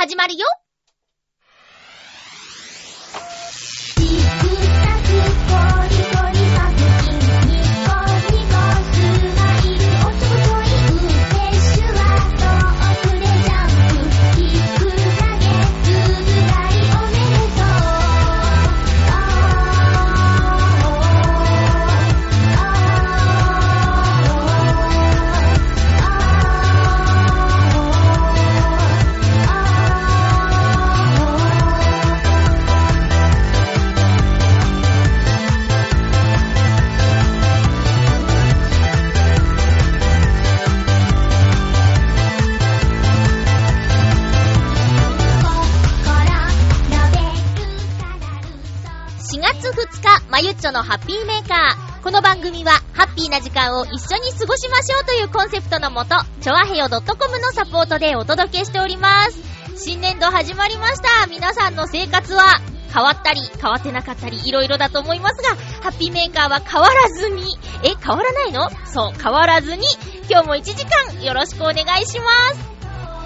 始まるよ。まゆっちょのハッピーメーカー。この番組はハッピーな時間を一緒に過ごしましょうというコンセプトのもと、ちょわへよ .com のサポートでお届けしております。新年度始まりました。皆さんの生活は変わったり変わってなかったりいろいろだと思いますが、ハッピーメーカーは変わらずに、変わらないの？そう、変わらずに今日も1時間よろしくお願いします。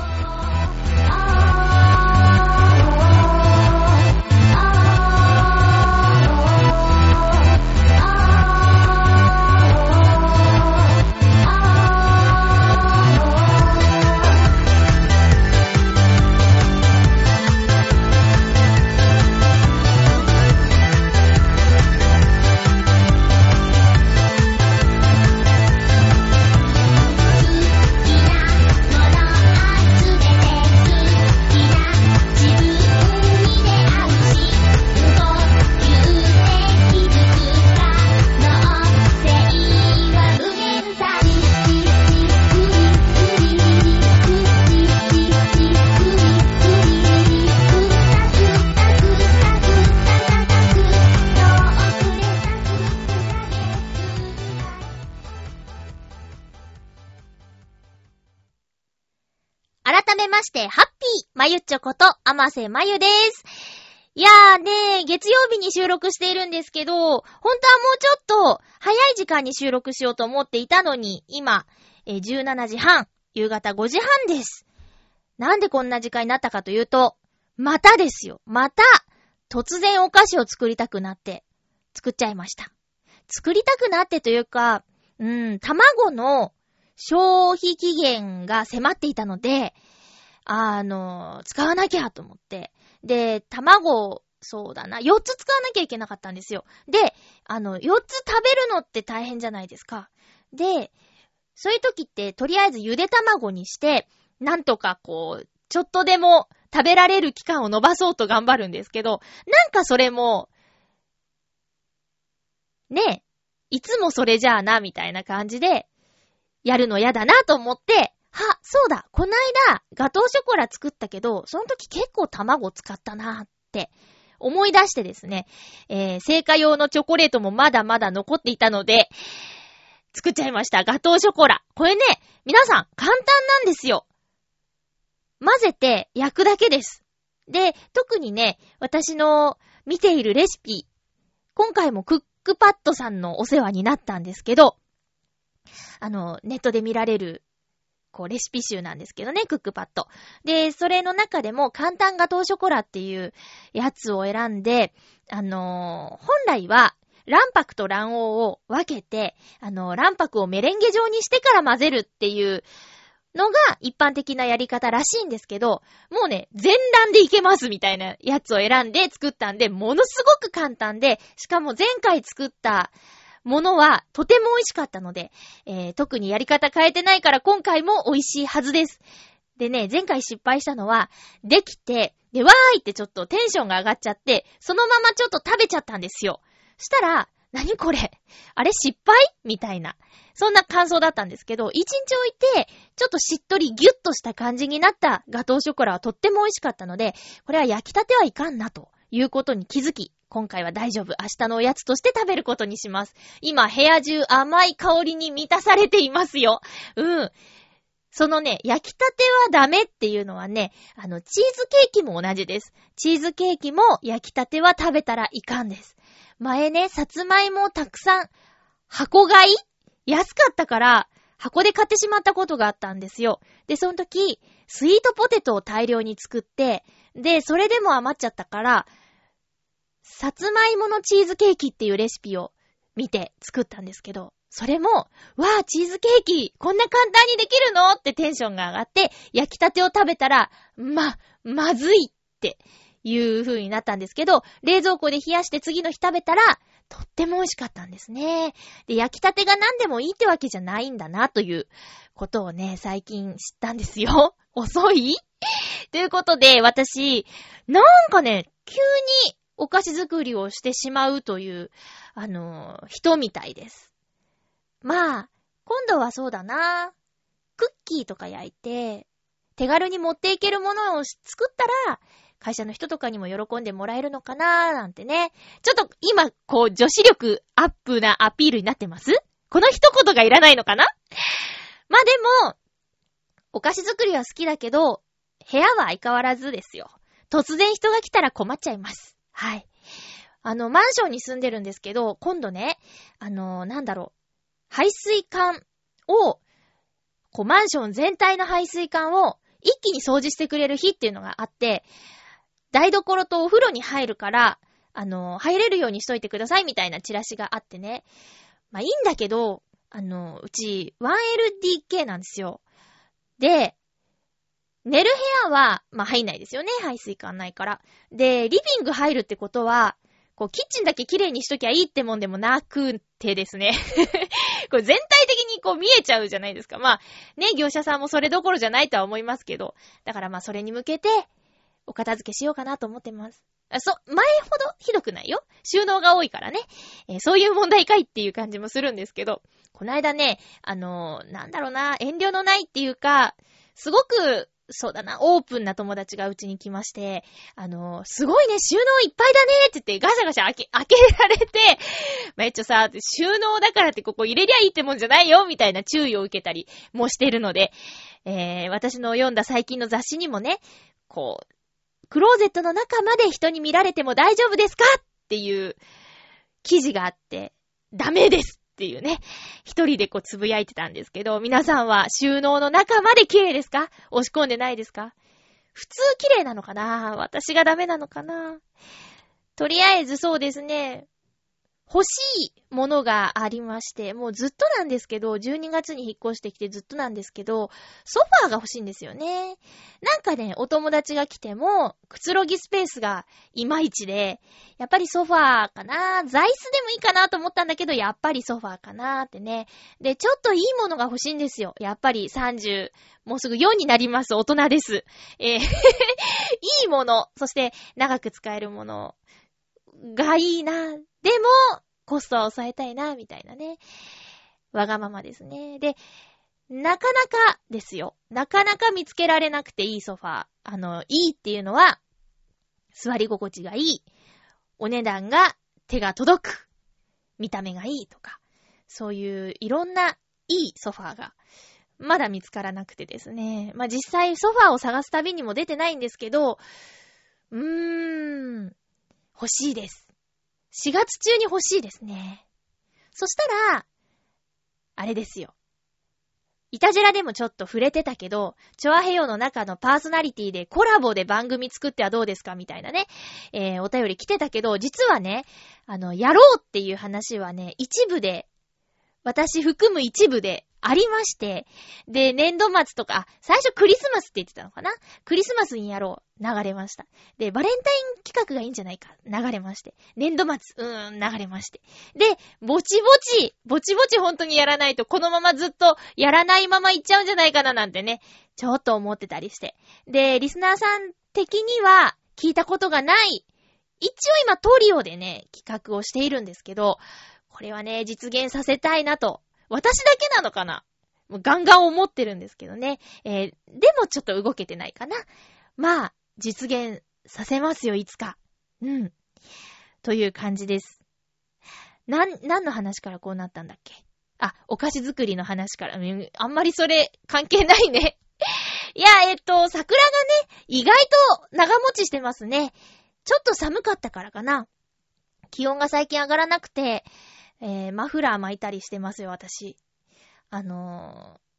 ハッピーまゆっちょこと甘瀬まゆです。いやーね、月曜日に収録しているんですけど、本当はもうちょっと早い時間に収録しようと思っていたのに、今、17時半、夕方5時半です。なんでこんな時間になったかというと、またですよ。また、突然お菓子を作りたくなって、作っちゃいました。作りたくなってというか、卵の消費期限が迫っていたので、使わなきゃと思って。で、卵、そうだな、4つ使わなきゃいけなかったんですよ。で、4つ食べるのって大変じゃないですか。で、そういう時って、とりあえずゆで卵にして、なんとかこう、ちょっとでも食べられる期間を延ばそうと頑張るんですけど、なんかそれも、ね、いつもそれじゃあな、みたいな感じで、やるの嫌だなと思って、そうだ、こないだガトーショコラ作ったけど、その時結構卵使ったなって思い出してですね、製菓用のチョコレートもまだまだ残っていたので、作っちゃいました。ガトーショコラ。これね、皆さん簡単なんですよ。混ぜて焼くだけです。で、特にね、私の見ているレシピ、今回もクックパッドさんのお世話になったんですけど、ネットで見られるレシピ集なんですけどね、クックパッド。で、それの中でも簡単ガトーショコラっていうやつを選んで、本来は卵白と卵黄を分けて、卵白をメレンゲ状にしてから混ぜるっていうのが一般的なやり方らしいんですけど、もうね、全卵でいけますみたいなやつを選んで作ったんで、ものすごく簡単で、しかも前回作ったものはとても美味しかったので、特にやり方変えてないから今回も美味しいはずです。でね、前回失敗したのは、できて、で、わーいってちょっとテンションが上がっちゃって、そのままちょっと食べちゃったんですよ。したら、何これ？あれ失敗？みたいな。そんな感想だったんですけど、1日置いて、ちょっとしっとりギュッとした感じになったガトーショコラはとっても美味しかったので、これは焼きたてはいかんなということに気づき、今回は大丈夫。明日のおやつとして食べることにします。今、部屋中甘い香りに満たされていますよ。そのね、焼きたてはダメっていうのはね、チーズケーキも同じです。チーズケーキも焼きたては食べたらいかんです。前ね、さつまいもをたくさん箱買い？安かったから箱で買ってしまったことがあったんですよ。で、その時、 スイートポテトを大量に作って、で、それでも余っちゃったから、さつまいものチーズケーキっていうレシピを見て作ったんですけど、それも、わあ、チーズケーキ、こんな簡単にできるのってテンションが上がって、焼きたてを食べたら、まずいっていう風になったんですけど、冷蔵庫で冷やして次の日食べたら、とっても美味しかったんですね。で、焼きたてが何でもいいってわけじゃないんだなということをね、最近知ったんですよ。遅いということで、私、なんかね、急にお菓子作りをしてしまうという、人みたいです。まあ、今度はそうだな。クッキーとか焼いて、手軽に持っていけるものを作ったら、会社の人とかにも喜んでもらえるのかなーなんてね。ちょっと今、女子力アップなアピールになってます？この一言がいらないのかな？まあでも、お菓子作りは好きだけど、部屋は相変わらずですよ。突然人が来たら困っちゃいます。はい。マンションに住んでるんですけど、今度ね、排水管を、マンション全体の排水管を一気に掃除してくれる日っていうのがあって、台所とお風呂に入るから、入れるようにしといてくださいみたいなチラシがあってね。まあいいんだけど、うち 1LDK なんですよ。で、寝る部屋は、まあ入んないですよね。排水管ないから。で、リビング入るってことは、キッチンだけ綺麗にしときゃいいってもんでもなくてですね。これ全体的に見えちゃうじゃないですか。まあ、ね、業者さんもそれどころじゃないとは思いますけど。だからまあそれに向けて、お片付けしようかなと思ってます。前ほどひどくないよ。収納が多いからね。そういう問題かいっていう感じもするんですけど、この間ね、遠慮のないっていうか、すごく、そうだな、オープンな友達がうちに来まして、すごいね、収納いっぱいだねって言ってガシャガシャ開けられて、まあ、さ、収納だからってここ入れりゃいいってもんじゃないよみたいな注意を受けたりもしてるので、私の読んだ最近の雑誌にもね、クローゼットの中まで人に見られても大丈夫ですかっていう記事があって、ダメですっていうね、一人でつぶやいてたんですけど、皆さんは収納の中まで綺麗ですか？押し込んでないですか？普通綺麗なのかな？私がダメなのかな？とりあえずそうですね、欲しいものがありまして、もうずっとなんですけど、12月に引っ越してきてずっとなんですけど、ソファーが欲しいんですよね。なんかね、お友達が来ても、くつろぎスペースがいまいちで、やっぱりソファーかな、座椅子でもいいかなと思ったんだけど、やっぱりソファーかなってね。で、ちょっといいものが欲しいんですよ。やっぱり30、もうすぐ4になります。大人です。いいもの、そして長く使えるものがいいな。でも、コストは抑えたいな、みたいなね。わがままですね。で、なかなかですよ。なかなか見つけられなくていいソファー。いいっていうのは、座り心地がいい。お値段が手が届く。見た目がいいとか。そういういろんないいソファーが、まだ見つからなくてですね。まあ、実際ソファーを探す旅にも出てないんですけど、欲しいです。4月中に欲しいですね。そしたら、あれですよ。イタジェラでもちょっと触れてたけど、チョアヘヨの中のパーソナリティでコラボで番組作ってはどうですかみたいなね、お便り来てたけど、実はね、やろうっていう話はね、一部で、私含む一部でありまして、で、年度末とか、最初クリスマスって言ってたのかな？クリスマスにやろう。流れました。で、バレンタイン企画がいいんじゃないか。流れまして。年度末、流れまして。で、ぼちぼち本当にやらないと、このままずっとやらないままいっちゃうんじゃないかななんてね、ちょっと思ってたりして。で、リスナーさん的には聞いたことがない。一応今トリオでね、企画をしているんですけど、これはね、実現させたいなと。私だけなのかな？もうガンガン思ってるんですけどね。でもちょっと動けてないかな。まあ、実現させますよ、いつか。という感じです。何の話からこうなったんだっけ？お菓子作りの話から。あんまりそれ関係ないね。いや、桜がね、意外と長持ちしてますね。ちょっと寒かったからかな。気温が最近上がらなくて、マフラー巻いたりしてますよ、私。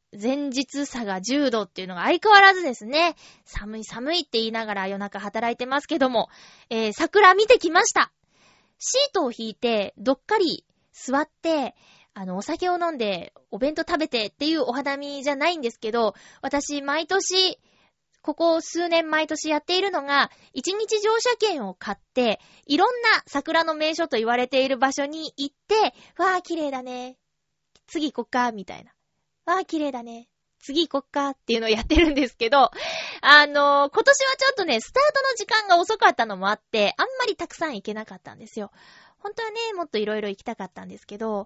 前日差が10度っていうのが相変わらずですね。寒い寒いって言いながら夜中働いてますけども、桜見てきました。シートを引いて、どっかり座って、お酒を飲んで、お弁当食べてっていうお花見じゃないんですけど、私、毎年、ここ数年毎年やっているのが、一日乗車券を買って、いろんな桜の名所と言われている場所に行って、わー綺麗だね。次行こっか、みたいな。わー綺麗だね。次行こっかっていうのをやってるんですけど、今年はちょっとね、スタートの時間が遅かったのもあって、あんまりたくさん行けなかったんですよ。本当はね、もっといろいろ行きたかったんですけど、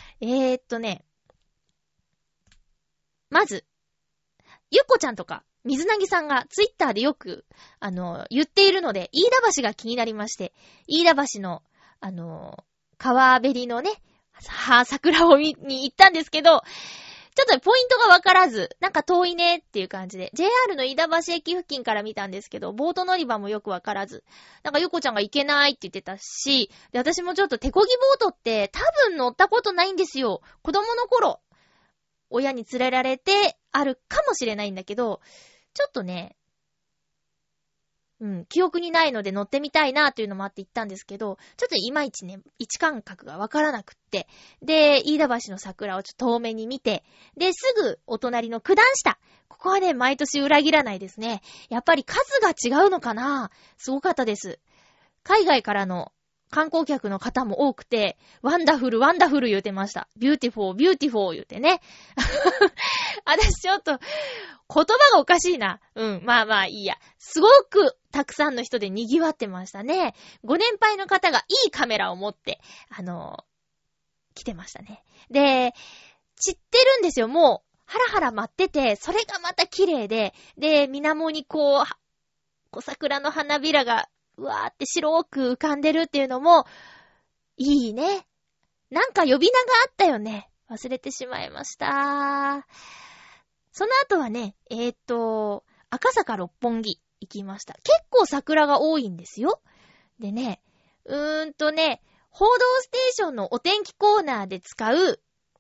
まず、ゆっこちゃんとか、水なぎさんがツイッターでよく、言っているので、飯田橋が気になりまして、飯田橋の、川べりのね、桜を見に行ったんですけど、ちょっとポイントがわからず、なんか遠いねっていう感じで、JR の飯田橋駅付近から見たんですけど、ボート乗り場もよくわからず、なんかゆこちゃんが行けないって言ってたし、で、私もちょっと手漕ぎボートって多分乗ったことないんですよ。子供の頃、親に連れられてあるかもしれないんだけど、ちょっとね、記憶にないので乗ってみたいなというのもあって行ったんですけど、ちょっといまいちね、位置感覚がわからなくって、で、飯田橋の桜をちょっと遠目に見て、で、すぐお隣の九段下。ここはね、毎年裏切らないですね。やっぱり数が違うのかな？すごかったです。海外からの観光客の方も多くて、ワンダフル、ワンダフル言うてました。ビューティフォー、ビューティフォー言うてね。私ちょっと、言葉がおかしいな。まあまあいいや。すごくたくさんの人で賑わってましたね。ご年配の方がいいカメラを持って、来てましたね。で、散ってるんですよ。もう、ハラハラ待ってて、それがまた綺麗で、で、水面にこう桜の花びらが、うわーって白く浮かんでるっていうのも、いいね。なんか呼び名があったよね。忘れてしまいました。その後はね、赤坂六本木行きました。結構桜が多いんですよ。でね、報道ステーションのお天気コーナーで使う、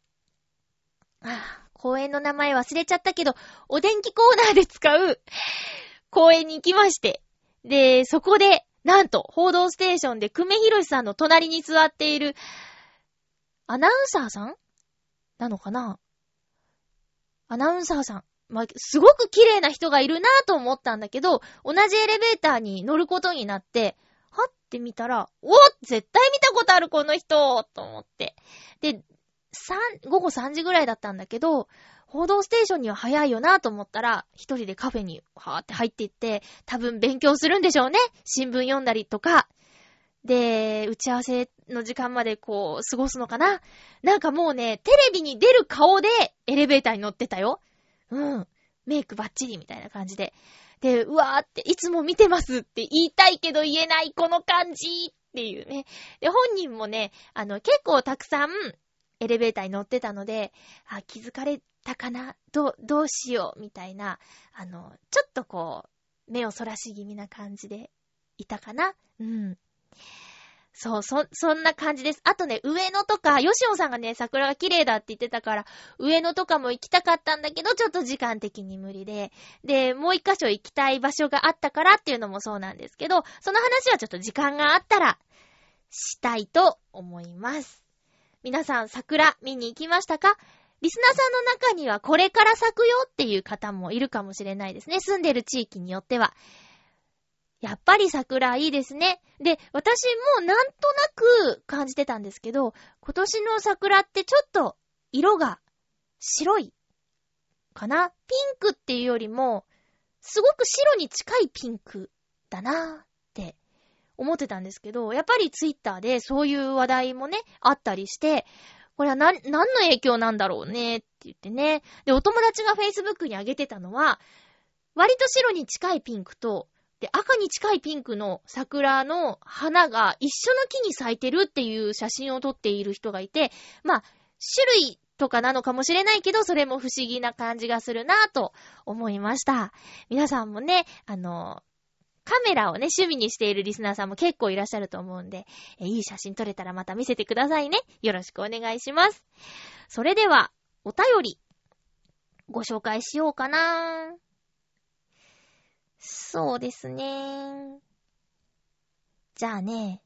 公園の名前忘れちゃったけど、お天気コーナーで使う公園に行きまして、で、そこで、なんと、報道ステーションで久米宏さんの隣に座っている、アナウンサーさんなのかな？アナウンサーさん。すごく綺麗な人がいるなぁと思ったんだけど、同じエレベーターに乗ることになって、はって見たら、絶対見たことあるこの人と思って。で、午後3時ぐらいだったんだけど、報道ステーションには早いよなと思ったら、一人でカフェにはーって入っていって、多分勉強するんでしょうね。新聞読んだりとか。で、打ち合わせの時間まで過ごすのかな？なんかもうね、テレビに出る顔でエレベーターに乗ってたよ。メイクバッチリみたいな感じで。で、うわーって、いつも見てますって言いたいけど言えないこの感じっていうね。で、本人もね、結構たくさんエレベーターに乗ってたので、気づかれたかな？どうしようみたいな、ちょっと目をそらし気味な感じでいたかな？そう、そんな感じです。あとね、上野とか、ヨシオンさんがね、桜が綺麗だって言ってたから、上野とかも行きたかったんだけど、ちょっと時間的に無理で。で、もう一箇所行きたい場所があったからっていうのもそうなんですけど、その話はちょっと時間があったら、したいと思います。皆さん、桜見に行きましたか？リスナーさんの中にはこれから咲くよっていう方もいるかもしれないですね。住んでる地域によっては。やっぱり桜いいですね。で、私もなんとなく感じてたんですけど、今年の桜ってちょっと色が白いかな？ピンクっていうよりも、すごく白に近いピンクだなーって思ってたんですけど、やっぱりツイッターでそういう話題もね、あったりして、これは何の影響なんだろうねって言ってね。で、お友達が Facebook に上げてたのは、割と白に近いピンクと、で、赤に近いピンクの桜の花が一緒の木に咲いてるっていう写真を撮っている人がいて、種類とかなのかもしれないけど、それも不思議な感じがするなぁと思いました。皆さんもね、カメラをね、趣味にしているリスナーさんも結構いらっしゃると思うんで、いい写真撮れたらまた見せてくださいね。よろしくお願いします。それでは、お便り。 ご紹介しようかな。そうですね。じゃあね、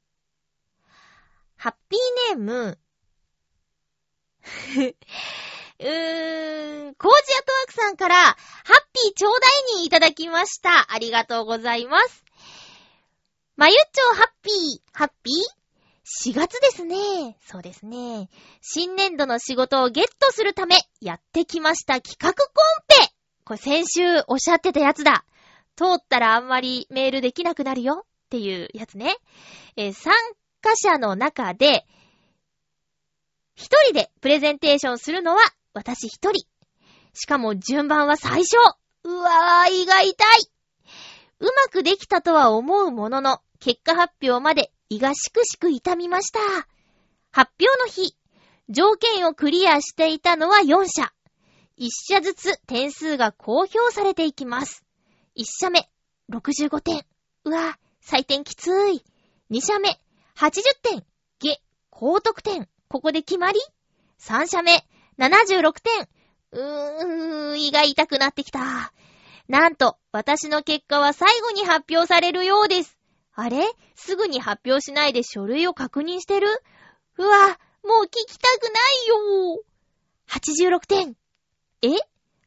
ハッピーネーム、コージアトワークさんから、ハッピーちょうだいにいただきました。ありがとうございます。まゆっちょハッピー ?4 月ですね。そうですね。新年度の仕事をゲットするため、やってきました企画コンペ。これ先週おっしゃってたやつだ。通ったらあんまりメールできなくなるよっていうやつね。参加者の中で、一人でプレゼンテーションするのは私一人。しかも順番は最初。うわー、胃が痛い。うまくできたとは思うものの、結果発表まで胃がしくしく痛みました。発表の日、条件をクリアしていたのは4社。1社ずつ点数が公表されていきます。1社目、65点。うわ、採点きつい。2社目、80点。高得点。ここで決まり？ 3 社目、76点。胃が痛くなってきた。なんと、私の結果は最後に発表されるようです。あれ？すぐに発表しないで書類を確認してる？うわ、もう聞きたくないよ。86点。86？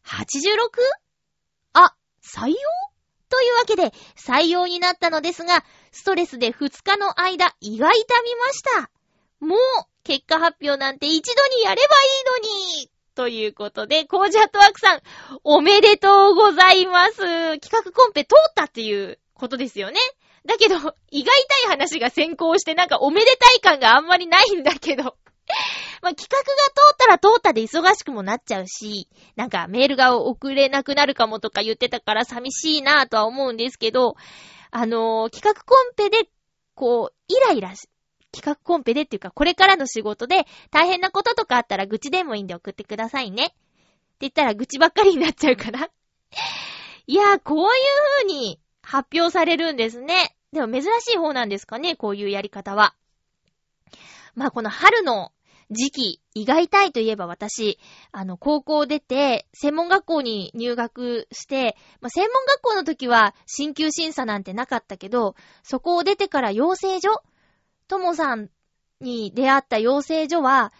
あ、採用？というわけで、採用になったのですが、ストレスで2日の間、胃が痛みました。もう、結果発表なんて一度にやればいいのにということで、コージアットワークさん、おめでとうございます。企画コンペ通ったっていうことですよね。だけど、胃が痛い話が先行してなんかおめでたい感があんまりないんだけど。まあ、企画が通ったら通ったで忙しくもなっちゃうし、なんかメールが送れなくなるかもとか言ってたから寂しいなぁとは思うんですけど、企画コンペで、こう、イライラし、企画コンペでっていうか、これからの仕事で大変なこととかあったら愚痴でもいいんで送ってくださいね。って言ったら愚痴ばっかりになっちゃうから。いやー、こういう風に発表されるんですね。でも珍しい方なんですかね、こういうやり方は。まあこの春の時期、胃が痛いといえば私、高校出て、専門学校に入学して、まあ、専門学校の時は進級審査なんてなかったけど、そこを出てから養成所、ともさんに出会った養成所は、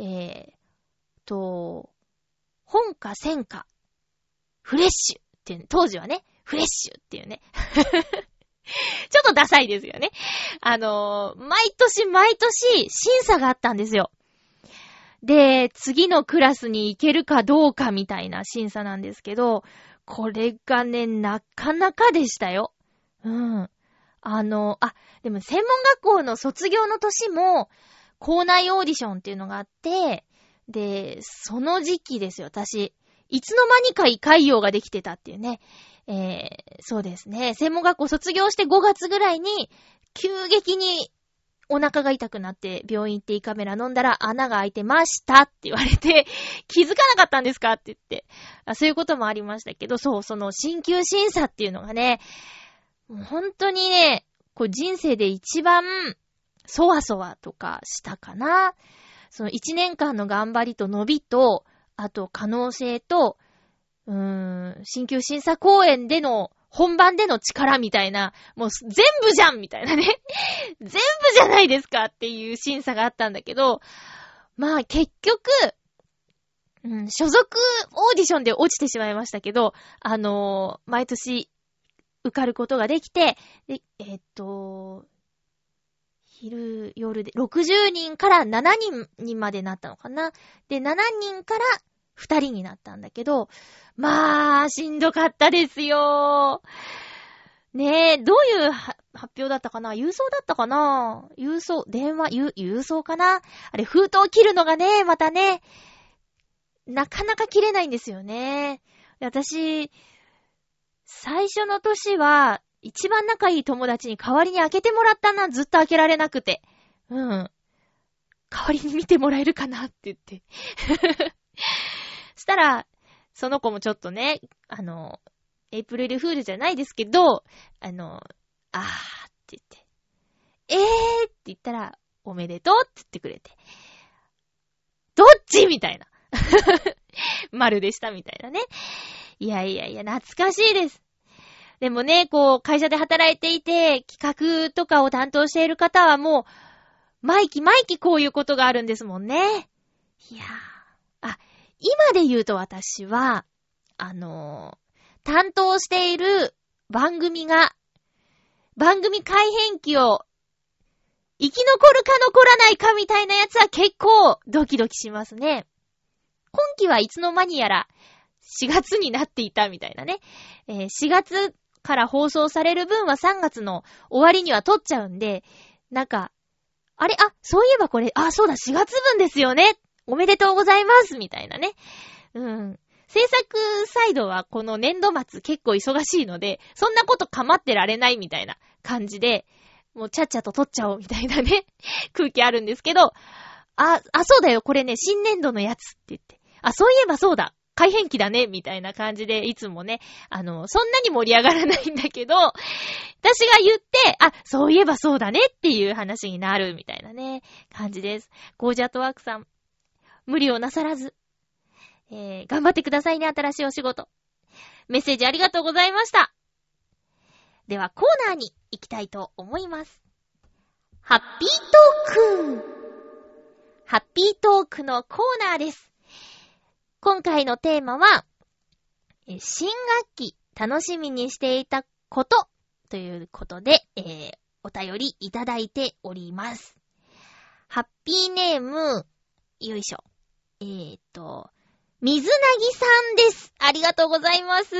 本科専科、フレッシュっていうね、当時はね、フレッシュっていうね。ちょっとダサいですよね。毎年審査があったんですよ。で、次のクラスに行けるかどうかみたいな審査なんですけど、これがね、なかなかでしたよ。うん。でも専門学校の卒業の年も、校内オーディションっていうのがあって、で、その時期ですよ、私。いつの間にか胃潰瘍ができてたっていうね。そうですね。専門学校卒業して5月ぐらいに、急激にお腹が痛くなって病院行って胃カメラ飲んだら穴が開いてましたって言われて、気づかなかったんですかって言って。そういうこともありましたけど、そう、その進級審査っていうのがね、もう本当にね、こう人生で一番、そわそわとかしたかな。その1年間の頑張りと伸びと、あと可能性と、進級審査公演での、本番での力みたいな、もう全部じゃんみたいなね。全部じゃないですかっていう審査があったんだけど、まあ結局、所属オーディションで落ちてしまいましたけど、毎年受かることができて、で昼、夜で、60人から7人にまでなったのかな。で、7人から2人になったんだけど、まあ、しんどかったですよ。ねえ、どういう発表だったかな？郵送だったかな？郵送、電話、郵送かな？あれ、封筒を切るのがね、またね、なかなか切れないんですよね。私、最初の年は、一番仲いい友達に代わりに開けてもらったな、ずっと開けられなくて。代わりに見てもらえるかなって言って。したら、その子もちょっとね、エイプリルフールじゃないですけど、って言って。って言ったら、おめでとうって言ってくれて。どっちみたいな。 丸でしたみたいなね。いや、懐かしいです。でもね、こう、会社で働いていて、企画とかを担当している方はもう、毎期こういうことがあるんですもんね。いやー。今で言うと私は、担当している番組改編期を生き残るか残らないかみたいなやつは結構ドキドキしますね。今期はいつの間にやら4月になっていたみたいなね。4月から放送される分は3月の終わりには撮っちゃうんで、なんか、そういえばこれ、そうだ、4月分ですよね。おめでとうございますみたいなね。制作サイドはこの年度末結構忙しいので、そんなこと構ってられないみたいな感じで、もうちゃっちゃと撮っちゃおうみたいなね、空気あるんですけど、そうだよ、これね、新年度のやつって言って。そういえばそうだ、改編期だね、みたいな感じで、いつもね、そんなに盛り上がらないんだけど、私が言って、そういえばそうだねっていう話になるみたいなね、感じです。ゴージャットワークさん、無理をなさらず、頑張ってくださいね、新しいお仕事。メッセージありがとうございました。ではコーナーに行きたいと思います。ハッピートーク。ハッピートークのコーナーです。今回のテーマは、新学期楽しみにしていたことということで、お便りいただいております。ハッピーネーム、よいしょ。水なぎさんです。ありがとうございます。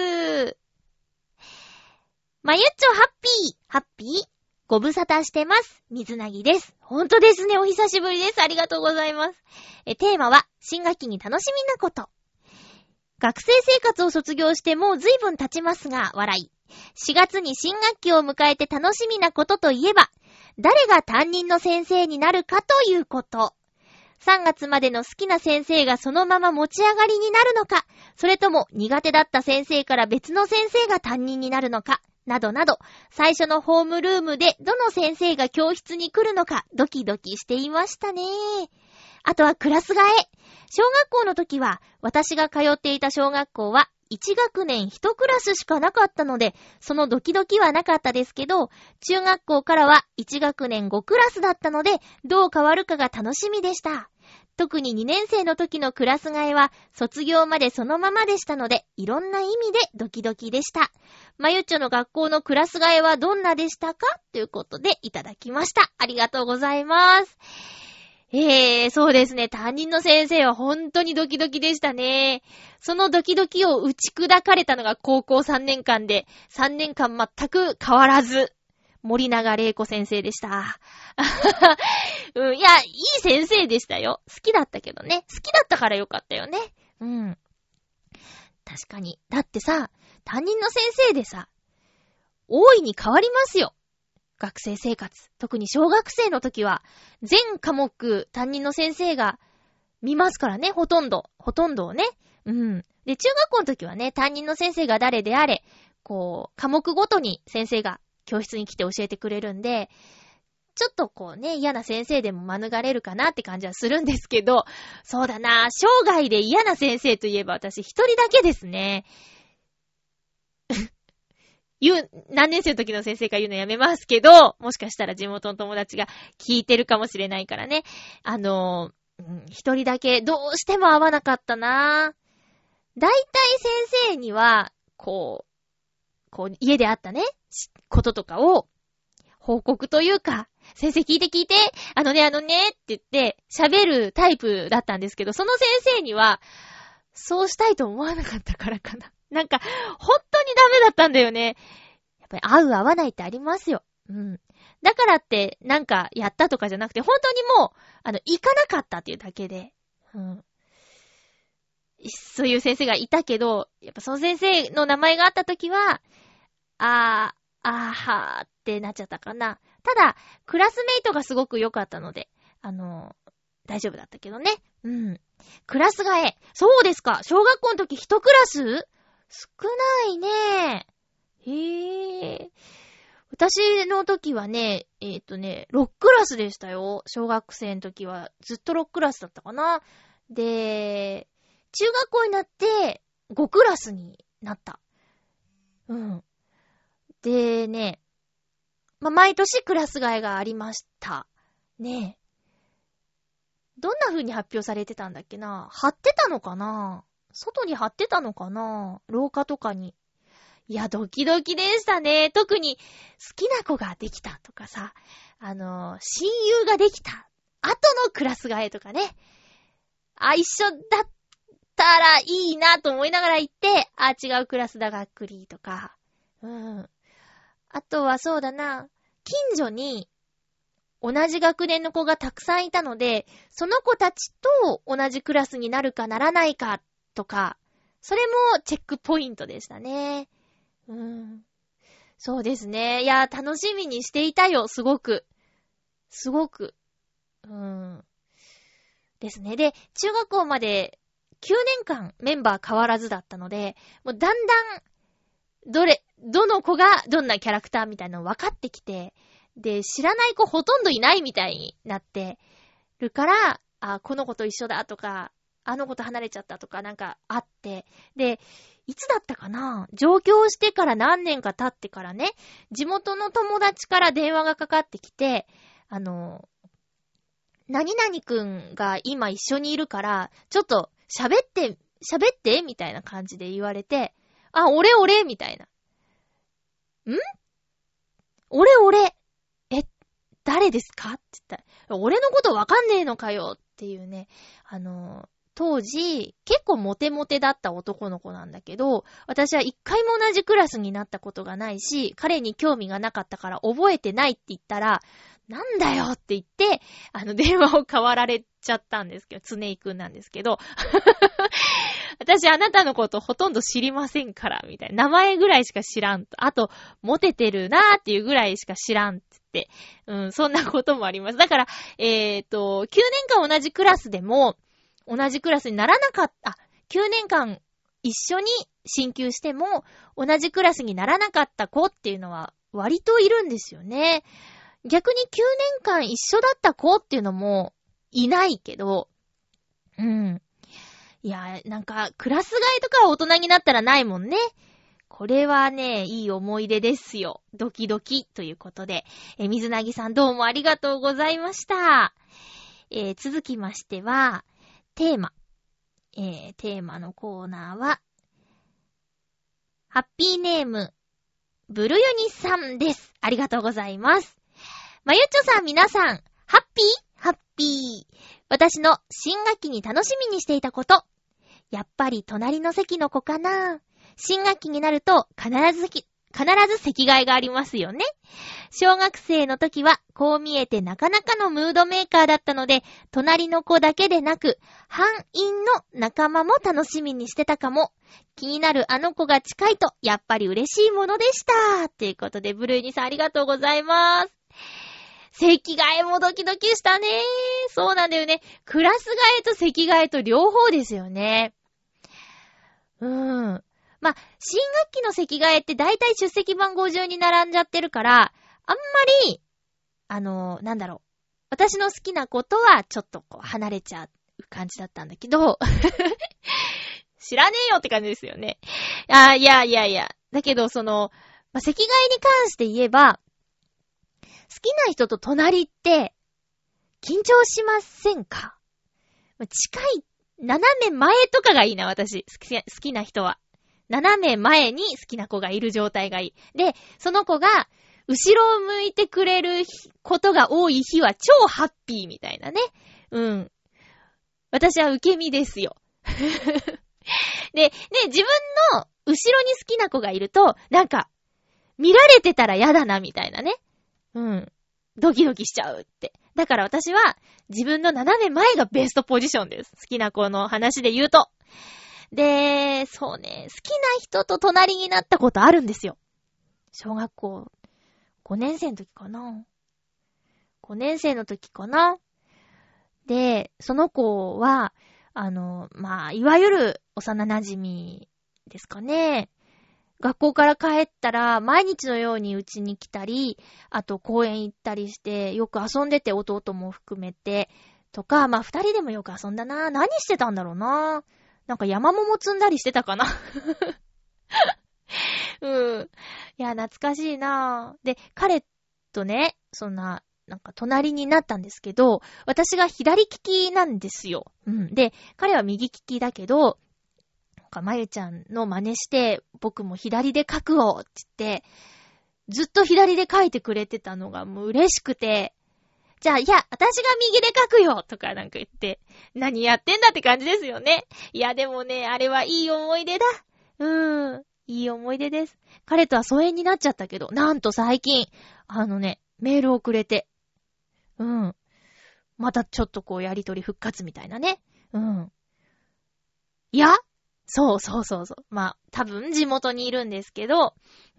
まゆっちょハッピーご無沙汰してます。水なぎです。ほんとですね。お久しぶりです。ありがとうございます。テーマは、新学期に楽しみなこと。学生生活を卒業してもう随分経ちますが、笑い。4月に新学期を迎えて楽しみなことといえば、誰が担任の先生になるかということ。3月までの好きな先生がそのまま持ち上がりになるのか、それとも苦手だった先生から別の先生が担任になるのか、などなど、最初のホームルームでどの先生が教室に来るのか、ドキドキしていましたね。あとはクラス替え。小学校の時は、私が通っていた小学校は、1学年1クラスしかなかったので、そのドキドキはなかったですけど、中学校からは1学年5クラスだったので、どう変わるかが楽しみでした。特に2年生の時のクラス替えは、卒業までそのままでしたので、いろんな意味でドキドキでした。まゆっちょの学校のクラス替えはどんなでしたかということでいただきました。ありがとうございます。そうですね。担任の先生は本当にドキドキでしたね。そのドキドキを打ち砕かれたのが高校3年間で、3年間全く変わらず、森永玲子先生でした。いや、いい先生でしたよ。好きだったけどね。好きだったからよかったよね。確かに。だってさ、担任の先生でさ、大いに変わりますよ。学生生活。特に小学生の時は、全科目担任の先生が見ますからね、ほとんどをね。で、中学校の時はね、担任の先生が誰であれ、こう、科目ごとに先生が教室に来て教えてくれるんで、ちょっとこうね、嫌な先生でも免れるかなって感じはするんですけど、そうだな、生涯で嫌な先生といえば私一人だけですね。何年生の時の先生か言うのやめますけど、もしかしたら地元の友達が聞いてるかもしれないからね。一人だけどうしても合わなかったな。だいたい先生には、こう家であったね、こととかを報告というか、先生聞いて、あのねって言って喋るタイプだったんですけど、その先生には、そうしたいと思わなかったからかな。なんか、本当にダメだったんだよね。やっぱり合う合わないってありますよ。だからって、なんかやったとかじゃなくて、本当にもう、行かなかったっていうだけで。そういう先生がいたけど、やっぱその先生の名前があったときは、はーってなっちゃったかな。ただ、クラスメイトがすごく良かったので、大丈夫だったけどね。クラス替え。そうですか。小学校の時1クラス？少ないね。私の時はね、6クラスでしたよ。小学生の時はずっと6クラスだったかな。で、 中学校になって5クラスになった。うん。でね、毎年クラス替えがありました。ねえ。どんな風に発表されてたんだっけな？貼ってたのかな？外に貼ってたのかな？廊下とかに。いや、ドキドキでしたね。特に好きな子ができたとかさ、親友ができた後のクラス替えとかね。一緒だったらいいなと思いながら行って、違うクラスだがっくりとか。うん。あとはそうだな、近所に同じ学年の子がたくさんいたので、その子たちと同じクラスになるかならないかとか、それもチェックポイントでしたね。そうですね。いや、楽しみにしていたよ、すごく。すごく。ですね。で、中学校まで9年間メンバー変わらずだったので、もうだんだん、どの子がどんなキャラクターみたいなの分かってきて、で、知らない子ほとんどいないみたいになってるから、この子と一緒だとか、あの子と離れちゃったとかなんかあって、で、いつだったかな？上京してから何年か経ってからね、地元の友達から電話がかかってきて、何々くんが今一緒にいるから、ちょっと喋ってみたいな感じで言われて、俺みたいな。俺誰ですかって言ったら、俺のことわかんねえのかよっていうね、当時、結構モテモテだった男の子なんだけど、私は一回も同じクラスになったことがないし、彼に興味がなかったから覚えてないって言ったら、なんだよって言って、電話を代わられちゃったんですけど、常井くんなんですけど、私あなたのことほとんど知りませんから、みたいな。名前ぐらいしか知らんと。あと、モテてるなーっていうぐらいしか知らんって言って、そんなこともあります。だから、9年間同じクラスでも、同じクラスにならなかった、9年間一緒に進級しても、同じクラスにならなかった子っていうのは割といるんですよね。逆に9年間一緒だった子っていうのもいないけど、いや、なんか、クラス替えとかは大人になったらないもんね。これはね、いい思い出ですよ。ドキドキということで。水なぎさんどうもありがとうございました。続きましては、テーマのコーナーは、ハッピーネーム、ブルユニさんです。ありがとうございます。まゆっちょさん皆さん、ハッピー。私の新学期に楽しみにしていたこと。やっぱり隣の席の子かな。新学期になると必ず席替えがありますよね。小学生の時はこう見えてなかなかのムードメーカーだったので、隣の子だけでなく、班員の仲間も楽しみにしてたかも。気になるあの子が近いと、やっぱり嬉しいものでした。ということで、ブルーニさんありがとうございます。席替えもドキドキしたね。そうなんだよね。クラス替えと席替えと両方ですよね。新学期の席替えって大体出席番号順に並んじゃってるから、あんまり、私の好きな子とはちょっとこう離れちゃう感じだったんだけど、知らねえよって感じですよね。いや。だけど、席替えに関して言えば、好きな人と隣って緊張しませんか？近い、斜め前とかがいいな、私。好きな人は。斜め前に好きな子がいる状態がいい。で、その子が後ろを向いてくれることが多い日は超ハッピーみたいなね。私は受け身ですよ。で、自分の後ろに好きな子がいると、なんか、見られてたら嫌だなみたいなね。ドキドキしちゃうって。だから私は自分の斜め前がベストポジションです。好きな子の話で言うと。で、そうね、好きな人と隣になったことあるんですよ。小学校5年生の時かな。5年生の時かな。で、その子は、いわゆる幼馴染ですかね。学校から帰ったら毎日のように家に来たり、あと公園行ったりしてよく遊んでて、弟も含めてとか、二人でもよく遊んだな。何してたんだろうな。 なんか山桃積んだりしてたかなうん。いや、懐かしいなぁ。で、彼とね、なんか隣になったんですけど、私が左利きなんですよ。うん。で、彼は右利きだけど、なんかまゆちゃんの真似して、僕も左で書くよって言って、ずっと左で書いてくれてたのがもう嬉しくて、じゃあ、いや、私が右で書くよとかなんか言って、何やってんだって感じですよね。いや、でもね、あれはいい思い出だ。いい思い出です。彼とは疎遠になっちゃったけど、なんと最近、メールをくれて、またちょっとこうやりとり復活みたいなね。いや、そう。まあ、多分地元にいるんですけど、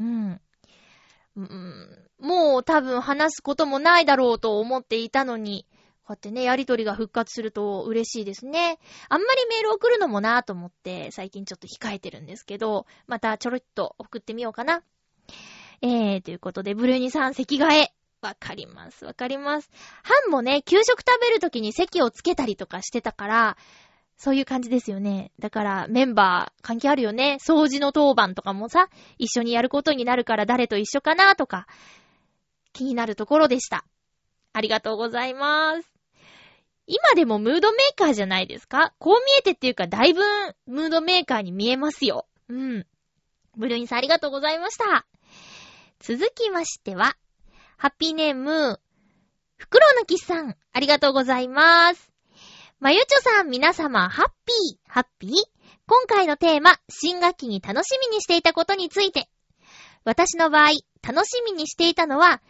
もう多分話すこともないだろうと思っていたのに、こうやってね、やりとりが復活すると嬉しいですね。あんまりメール送るのもなぁと思って、最近ちょっと控えてるんですけど、またちょろっと送ってみようかな。ということで、ブルーニさん席替え。わかります。ハンもね、給食食べるときに席をつけたりとかしてたから、そういう感じですよね。だからメンバー関係あるよね。掃除の当番とかもさ、一緒にやることになるから誰と一緒かなとか、気になるところでした。ありがとうございます。今でもムードメーカーじゃないですか？こう見えてっていうか、だいぶムードメーカーに見えますよ。ブルーインさんありがとうございました。続きましては、ハッピーネーム、フクロウのキスさん、ありがとうございます。まゆちょさん、皆様、ハッピー今回のテーマ、新学期に楽しみにしていたことについて。私の場合、楽しみにしていたのは、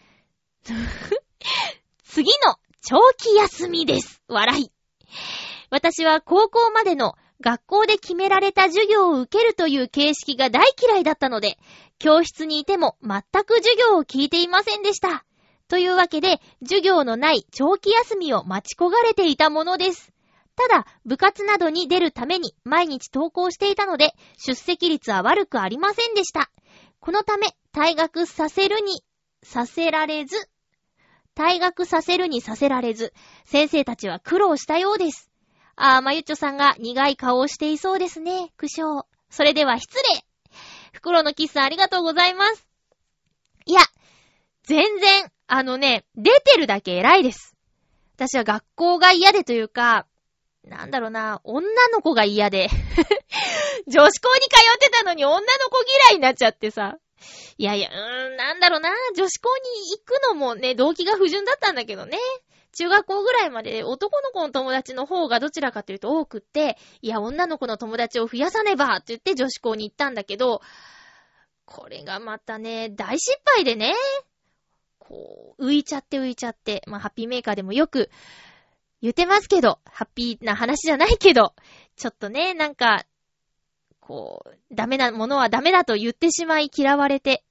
次の長期休みです。笑い。私は高校までの学校で決められた授業を受けるという形式が大嫌いだったので、教室にいても全く授業を聞いていませんでした。というわけで、授業のない長期休みを待ち焦がれていたものです。ただ、部活などに出るために毎日登校していたので、出席率は悪くありませんでした。このため、退学させるにさせられず、先生たちは苦労したようです。まゆちょさんが苦い顔をしていそうですね。苦笑。それでは失礼。袋のキスありがとうございます。いや、全然、出てるだけ偉いです。私は学校が嫌でというか、なんだろうな、女の子が嫌で。女子校に通ってたのに女の子嫌いになっちゃってさ。いや、なんだろうな、女子校に行くのもね、動機が不純だったんだけどね。中学校ぐらいまで男の子の友達の方がどちらかというと多くって、いや、女の子の友達を増やさねばって言って女子校に行ったんだけど、これがまたね、大失敗でね、こう、浮いちゃって、まあ、ハッピーメーカーでもよく言ってますけど、ハッピーな話じゃないけど、ちょっとね、なんか、こう、ダメなものはダメだと言ってしまい嫌われて、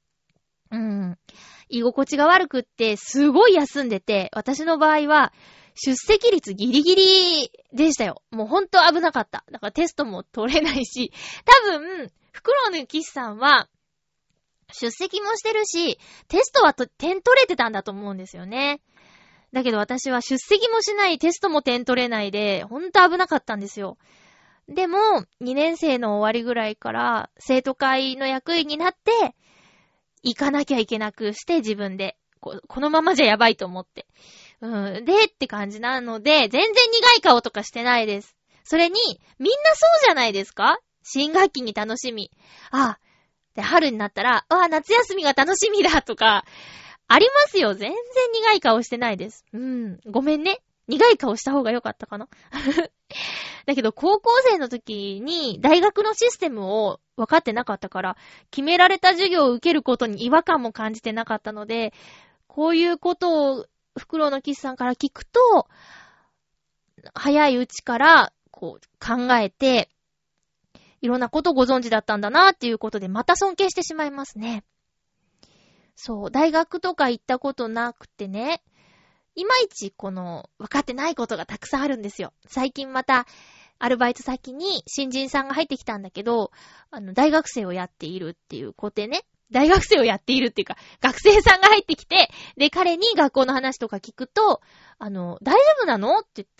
居心地が悪くって、すごい休んでて、私の場合は、出席率ギリギリでしたよ。もうほんと危なかった。だからテストも取れないし、多分、フクロウのキスさんは、出席もしてるし、テストは点取れてたんだと思うんですよね。だけど私は出席もしない、テストも点取れないで、ほんと危なかったんですよ。でも、2年生の終わりぐらいから生徒会の役員になって、行かなきゃいけなくして自分で、このままじゃやばいと思って。でって感じなので、全然苦い顔とかしてないです。それに、みんなそうじゃないですか？新学期に楽しみ。で、春になったら、夏休みが楽しみだとか、ありますよ。全然苦い顔してないです。ごめんね。苦い顔した方が良かったかなだけど高校生の時に大学のシステムを分かってなかったから、決められた授業を受けることに違和感も感じてなかったので、こういうことをフクロウのキスさんから聞くと、早いうちからこう考えて、いろんなことをご存知だったんだなっていうことで、また尊敬してしまいますね。そう、大学とか行ったことなくてね、いまいち分かってないことがたくさんあるんですよ。最近またアルバイト先に新人さんが入ってきたんだけど、大学生をやっているっていう子でね、大学生をやっているっていうか、学生さんが入ってきて、で、彼に学校の話とか聞くと、大丈夫なのって言って、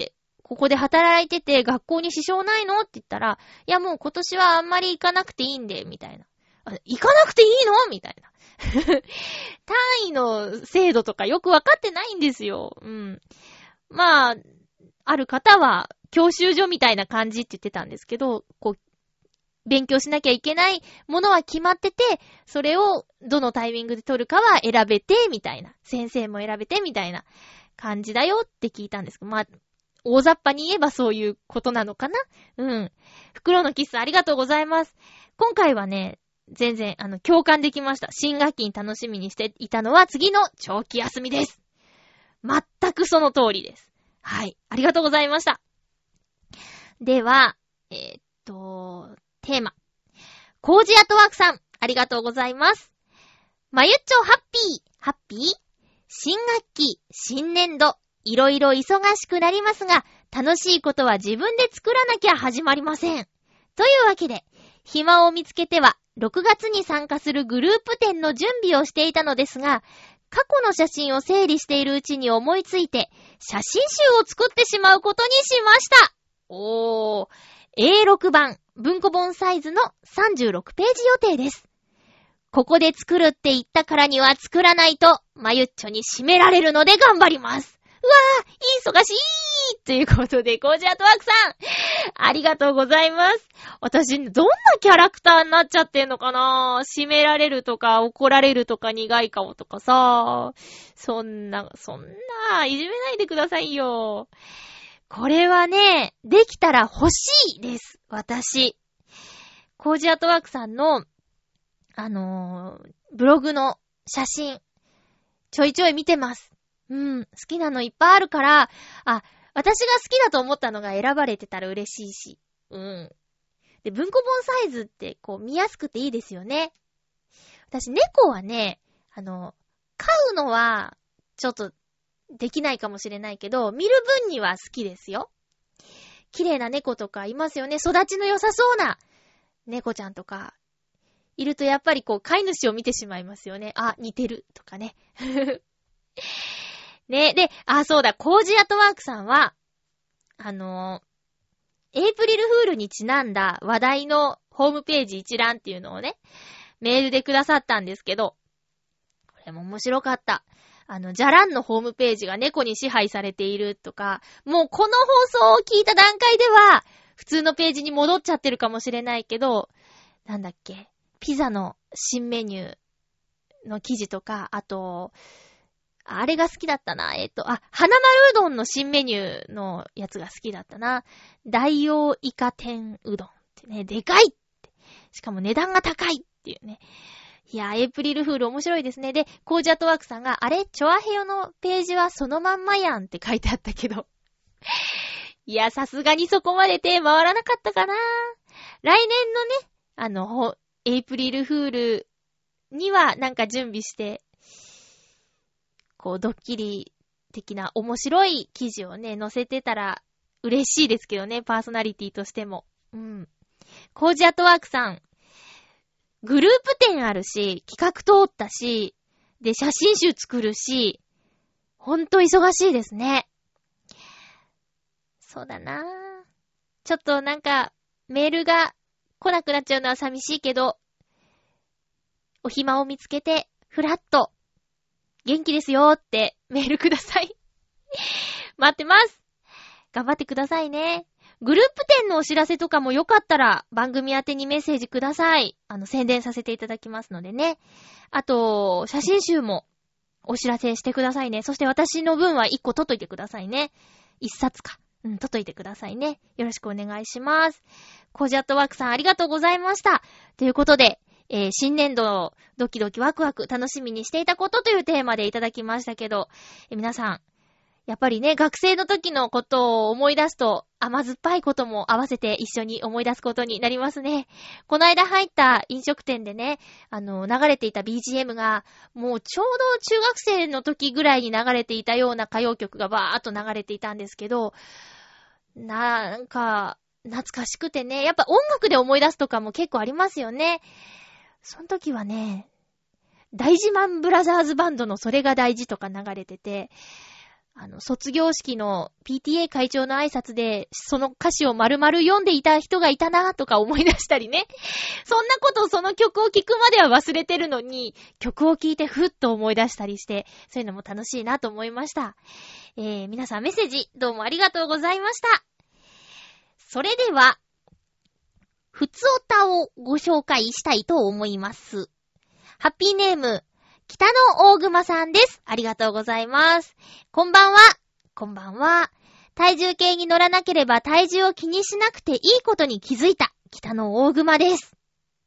ここで働いてて学校に支障ないのって言ったら、いやもう今年はあんまり行かなくていいんで、みたいな。行かなくていいのみたいな。単位の制度とかよくわかってないんですよ。うん。まあ、ある方は教習所みたいな感じって言ってたんですけど、こう、勉強しなきゃいけないものは決まってて、それをどのタイミングで取るかは選べて、みたいな。先生も選べて、みたいな感じだよって聞いたんですけど、まあ、大雑把に言えばそういうことなのかな。うん。袋のキスありがとうございます。今回はね、全然、共感できました。新学期に楽しみにしていたのは次の長期休みです。全くその通りです。はい。ありがとうございました。では、テーマ。コージアトワークさん、ありがとうございます。まゆっちょハッピー新学期、新年度、いろいろ忙しくなりますが、楽しいことは自分で作らなきゃ始まりません。というわけで、暇を見つけては、6月に参加するグループ展の準備をしていたのですが、過去の写真を整理しているうちに思いついて、写真集を作ってしまうことにしました。A6 版、文庫本サイズの36ページ予定です。ここで作るって言ったからには作らないと、まゆっちょに締められるので頑張ります。うわぁ、忙しいということで、コージアートワークさん、ありがとうございます。私、どんなキャラクターになっちゃってんのかな？締められるとか、怒られるとか、苦い顔とかさ。そんな、いじめないでくださいよ。これはね、できたら欲しいです。私。コージアートワークさんの、ブログの写真、ちょいちょい見てます。うん、好きなのいっぱいあるから、私が好きだと思ったのが選ばれてたら嬉しいし。うん。で、文庫本サイズってこう見やすくていいですよね。私、猫はね、飼うのは、ちょっと、できないかもしれないけど、見る分には好きですよ。綺麗な猫とかいますよね。育ちの良さそうな猫ちゃんとか、いるとやっぱりこう、飼い主を見てしまいますよね。似てるとかね。ね、で、そうだ、コージアトワークさんは、エイプリルフールにちなんだ話題のホームページ一覧っていうのをね、メールでくださったんですけど、これも面白かった。じゃらんのホームページが猫に支配されているとか、もうこの放送を聞いた段階では、普通のページに戻っちゃってるかもしれないけど、なんだっけ、ピザの新メニューの記事とか、あと、あれが好きだったな。花丸うどんの新メニューのやつが好きだったな。大王イカ天うどんってね、でかいって。しかも値段が高いっていうね。いや、エイプリルフール面白いですね。で、コージアットワークさんが、チョアヘヨのページはそのまんまやんって書いてあったけど。いや、さすがにそこまで手回らなかったかな。来年のね、エイプリルフールにはなんか準備して、こう、ドッキリ的な面白い記事をね、載せてたら嬉しいですけどね、パーソナリティとしても。うん。コージアットワークさん、グループ展あるし、企画通ったし、で、写真集作るし、ほんと忙しいですね。そうだなぁ。ちょっとなんか、メールが来なくなっちゃうのは寂しいけど、お暇を見つけて、ふらっと、元気ですよってメールください。待ってます。頑張ってくださいね。グループ展のお知らせとかもよかったら番組宛てにメッセージください。宣伝させていただきますのでね。あと、写真集もお知らせしてくださいね。そして私の分は1個取っといてくださいね。1冊か。取っといてくださいね。よろしくお願いします。コージアットワークさんありがとうございました。ということで、新年度ドキドキワクワク楽しみにしていたことというテーマでいただきましたけど、皆さん、やっぱりね、学生の時のことを思い出すと甘酸っぱいことも合わせて一緒に思い出すことになりますね。この間入った飲食店でね、流れていた BGM がもうちょうど中学生の時ぐらいに流れていたような歌謡曲がバーっと流れていたんですけど、なんか懐かしくてね、やっぱ音楽で思い出すとかも結構ありますよね。その時はね、大事マンブラザーズバンドのそれが大事とか流れてて、 卒業式の PTA 会長の挨拶で、その歌詞を丸々読んでいた人がいたなとか思い出したりね。そんなことその曲を聴くまでは忘れてるのに、曲を聴いてふっと思い出したりして、そういうのも楽しいなと思いました。皆さんメッセージどうもありがとうございました。それでは、ふつおたをご紹介したいと思います。ハッピーネーム、北の大熊さんです。ありがとうございます。こんばんは。こんばんは。体重計に乗らなければ体重を気にしなくていいことに気づいた北の大熊です。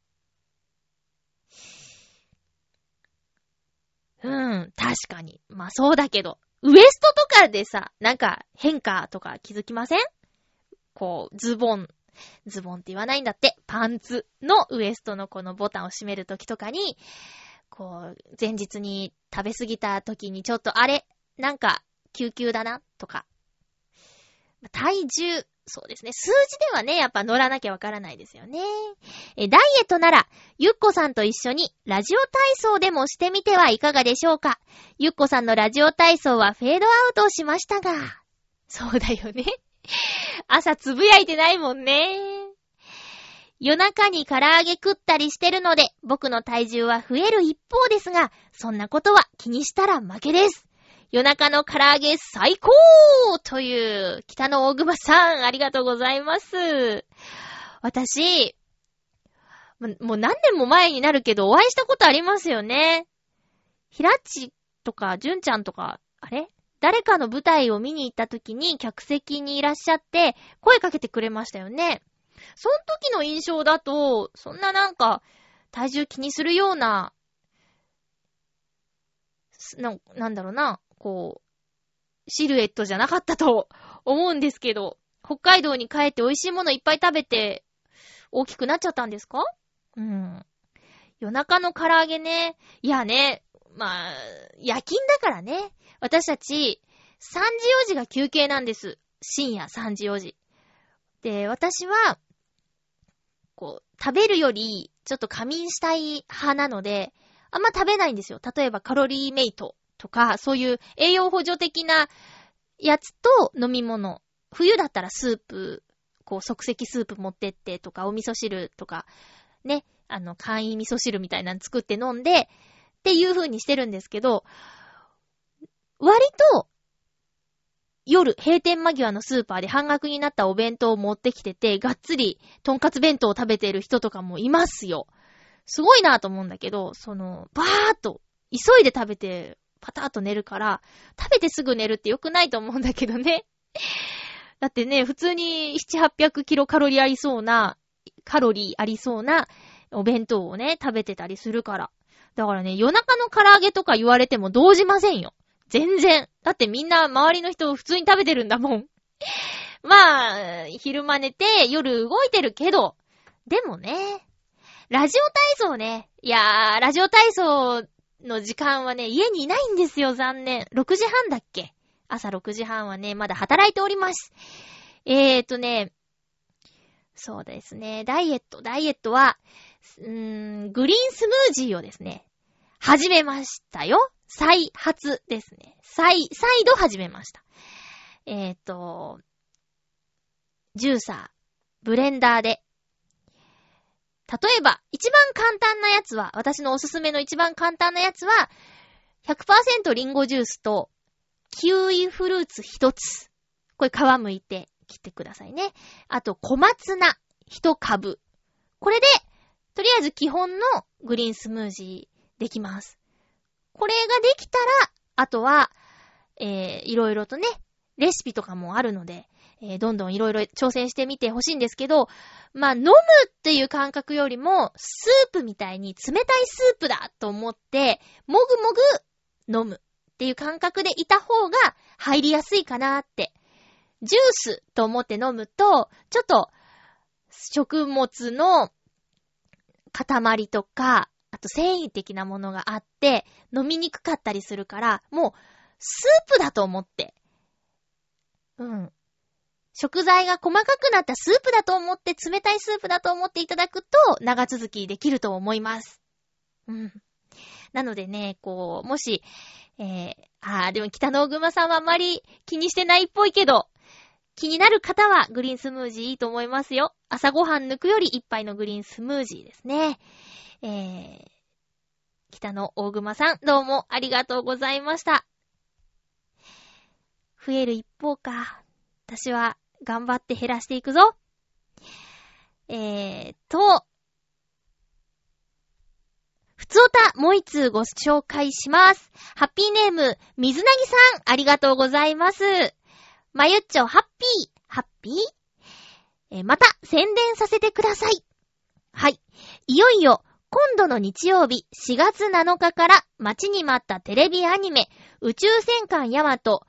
確かに。まあそうだけど、ウエストとかでさ、なんか変化とか気づきません？こう、ズボンって言わないんだって。パンツのウエストのこのボタンを閉めるときとかに、こう、前日に食べ過ぎた時にちょっとあれなんか、救急だなとか。体重、そうですね。数字ではね、やっぱ乗らなきゃわからないですよね。ダイエットなら、ゆっこさんと一緒にラジオ体操でもしてみてはいかがでしょうか。ゆっこさんのラジオ体操はフェードアウトをしましたが。そうだよね。朝つぶやいてないもんね。夜中に唐揚げ食ったりしてるので、僕の体重は増える一方ですが、そんなことは気にしたら負けです。夜中の唐揚げ最高という北の大熊さん、ありがとうございます。私、もう何年も前になるけどお会いしたことありますよね。ひらっちとかじゅんちゃんとか、誰かの舞台を見に行った時に客席にいらっしゃって声かけてくれましたよね。その時の印象だと、そんななんか、体重気にするような、なんだろうな、こう、シルエットじゃなかったと思うんですけど、北海道に帰って美味しいものいっぱい食べて、大きくなっちゃったんですか？夜中の唐揚げね。いやね、まあ、夜勤だからね。私たち、3時4時が休憩なんです。深夜3時4時。で、私は、こう、食べるより、ちょっと仮眠したい派なので、あんま食べないんですよ。例えばカロリーメイトとか、そういう栄養補助的なやつと飲み物。冬だったらスープ、こう即席スープ持ってってとか、お味噌汁とか、ね、簡易味噌汁みたいなの作って飲んで、っていう風にしてるんですけど、割と、夜、閉店間際のスーパーで半額になったお弁当を持ってきてて、がっつり、とんかつ弁当を食べてる人とかもいますよ。すごいなと思うんだけど、バーっと、急いで食べて、パターっと寝るから、食べてすぐ寝るって良くないと思うんだけどね。だってね、普通に7、800キロカロリーありそうなお弁当をね、食べてたりするから。だからね、夜中の唐揚げとか言われても動じませんよ。全然。だってみんな周りの人普通に食べてるんだもん。まあ、昼間寝て夜動いてるけど、でもね、ラジオ体操ね。いやー、ラジオ体操の時間はね、家にいないんですよ、残念。6時半だっけ？朝6時半はね、まだ働いております。そうですね、ダイエットは、グリーンスムージーをですね、始めましたよ。再発ですね。再度始めました。ジューサー、ブレンダーで。例えば、一番簡単なやつは、私のおすすめの一番簡単なやつは、100% リンゴジュースと、キウイフルーツ1つ。これ皮剥いて切ってくださいね。あと、小松菜1株。これで、とりあえず基本のグリーンスムージーできます。これができたら、あとは、いろいろとね、レシピとかもあるので、どんどんいろいろ挑戦してみてほしいんですけど、まあ、飲むっていう感覚よりも、スープみたいに冷たいスープだと思って、もぐもぐ飲むっていう感覚でいた方が入りやすいかなって。ジュースと思って飲むと、ちょっと食物の塊とか、あと繊維的なものがあって、飲みにくかったりするから、もう、スープだと思って。食材が細かくなったスープだと思って、冷たいスープだと思っていただくと、長続きできると思います。 なのでね、こう、もし、でも北の大熊さんはあまり気にしてないっぽいけど、気になる方はグリーンスムージーいいと思いますよ。朝ごはん抜くより一杯のグリーンスムージーですね。北の大熊さん、どうもありがとうございました。増える一方か。私は頑張って減らしていくぞ。ふつおた、もう一通ご紹介します。ハッピーネーム、水なぎさん、ありがとうございます。まゆっちょ、ハッピー、また、宣伝させてください。はい。いよいよ、今度の日曜日、4月7日から待ちに待ったテレビアニメ、宇宙戦艦ヤマト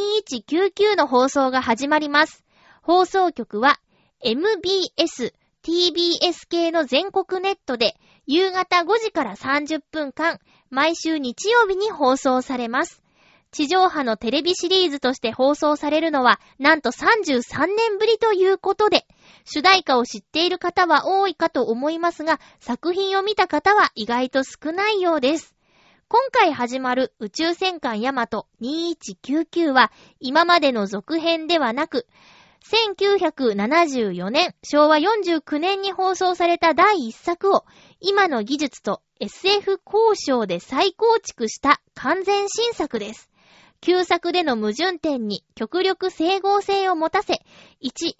2199の放送が始まります。放送局は、MBS、TBS 系の全国ネットで、夕方5時から30分間、毎週日曜日に放送されます。地上波のテレビシリーズとして放送されるのは、なんと33年ぶりということで、主題歌を知っている方は多いかと思いますが、作品を見た方は意外と少ないようです。今回始まる宇宙戦艦ヤマト2199は、今までの続編ではなく、1974年、昭和49年に放送された第1作を、今の技術と SF 交渉で再構築した完全新作です。旧作での矛盾点に極力整合性を持たせ、一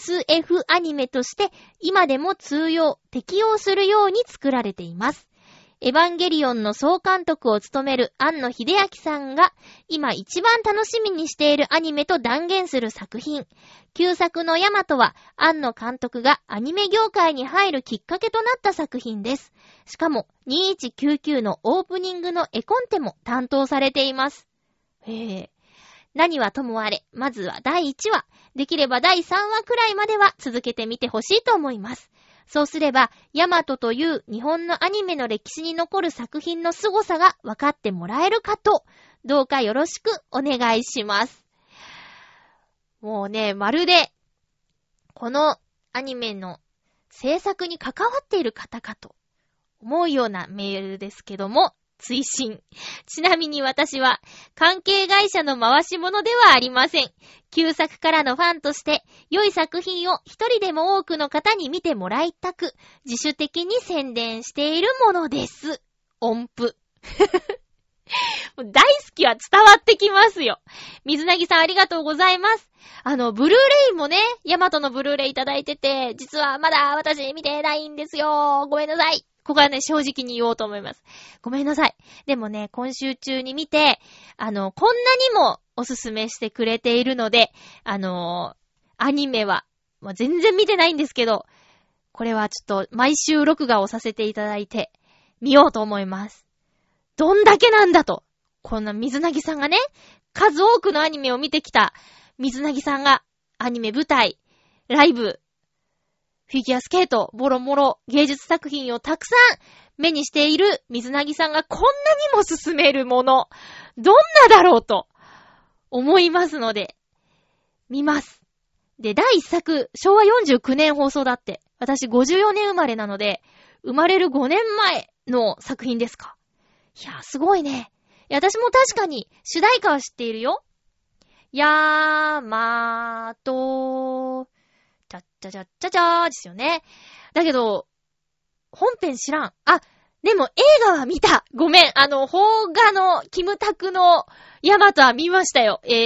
SF アニメとして今でも適用するように作られています。エヴァンゲリオンの総監督を務める庵野秀明さんが今一番楽しみにしているアニメと断言する作品。旧作のヤマトは庵野監督がアニメ業界に入るきっかけとなった作品です。しかも2199のオープニングの絵コンテも担当されています。何はともあれ、まずは第1話、できれば第3話くらいまでは続けてみてほしいと思います。そうすれば、ヤマトという日本のアニメの歴史に残る作品の凄さが分かってもらえるかと、どうかよろしくお願いします。もうね、まるで、このアニメの制作に関わっている方かと思うようなメールですけども、追伸。ちなみに私は関係会社の回し物ではありません。旧作からのファンとして良い作品を一人でも多くの方に見てもらいたく自主的に宣伝しているものです。音符。大好きは伝わってきますよ。水なぎさんありがとうございます。ブルーレイもね、ヤマトのブルーレイいただいてて、実はまだ私見てないんですよ。ごめんなさい。ここはね、正直に言おうと思います。ごめんなさい。でもね、今週中に見て、こんなにもおすすめしてくれているので、アニメは、もう全然見てないんですけど、これはちょっと毎週録画をさせていただいて、見ようと思います。どんだけなんだと。こんな水なぎさんがね、数多くのアニメを見てきた水なぎさんが、アニメ舞台、ライブ、フィギュアスケート、ボロモロ、芸術作品をたくさん目にしている水なぎさんがこんなにも進めるもの、どんなだろうと思いますので、見ます。で、第1作、昭和49年放送だって。私54年生まれなので、生まれる5年前の作品ですか。いや、すごいね。私も確かに主題歌は知っているよ。ヤマト、チャッチャチャッチャチャーですよね。だけど、本編知らん。でも映画は見た。ごめん。邦画のキムタクのヤマトは見ましたよ。どう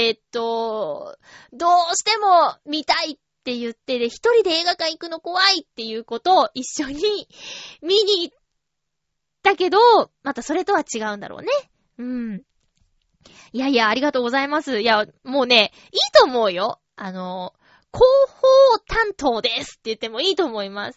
しても見たいって言ってで、一人で映画館行くの怖いっていうことを一緒に見に行ったけど、またそれとは違うんだろうね。うん。いやいや、ありがとうございます。いや、もうね、いいと思うよ。広報担当ですって言ってもいいと思います。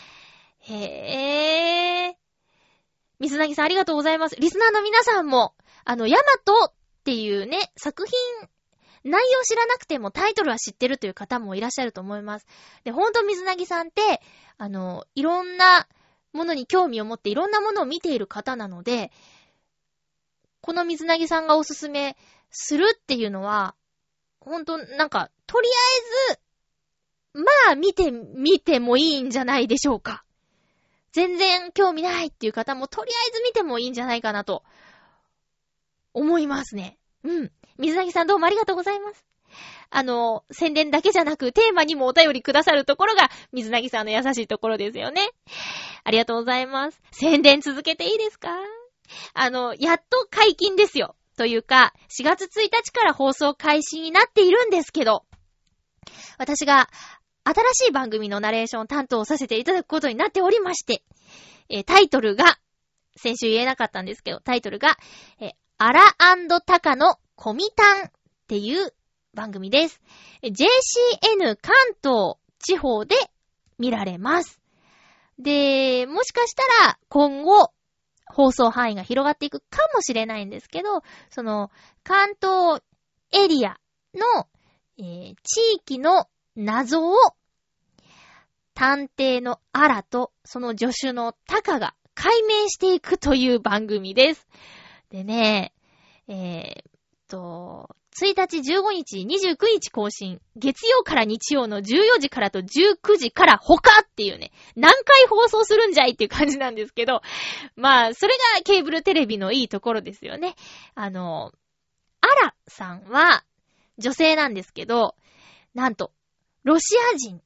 水なぎさんありがとうございます。リスナーの皆さんも、ヤマトっていうね、作品、内容知らなくてもタイトルは知ってるという方もいらっしゃると思います。で、ほんと水なぎさんって、いろんなものに興味を持っていろんなものを見ている方なので、この水なぎさんがおすすめするっていうのは、ほんとなんか、とりあえず、まあ見てみてもいいんじゃないでしょうか。 全然興味ないっていう方もとりあえず見てもいいんじゃないかなと思いますね。水なぎさんどうもありがとうございます。宣伝だけじゃなくテーマにもお便りくださるところが水なぎさんの優しいところですよね。ありがとうございます。宣伝続けていいですか？やっと解禁ですよ。というか、4月1日から放送開始になっているんですけど、私が新しい番組のナレーションを担当させていただくことになっておりまして、タイトルが、先週言えなかったんですけど、タイトルが、アラ&タカのコミタンっていう番組です。JCN 関東地方で見られます。で、もしかしたら今後放送範囲が広がっていくかもしれないんですけど、その関東エリアの、地域の謎を探偵のアラとその助手のタカが解明していくという番組です。でね、1日、15日、29日更新。月曜から日曜の14時からと19時から他っていうね、何回放送するんじゃいっていう感じなんですけど、まあ、それがケーブルテレビのいいところですよね。アラさんは女性なんですけど、なんと、ロシア人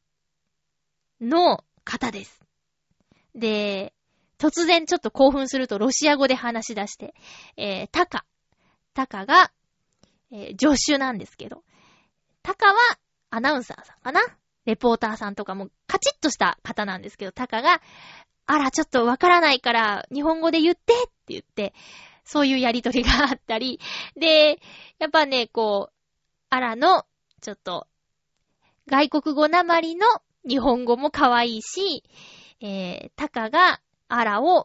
の方です。で、突然ちょっと興奮するとロシア語で話し出して、タカが、助手なんですけど、タカはアナウンサーさんかな？レポーターさんとかもカチッとした方なんですけど、タカが、あら、ちょっとわからないから日本語で言ってって言って、そういうやりとりがあったり、で、やっぱね、こう、アラの、ちょっと、外国語なまりの日本語も可愛いし、タカがアラを、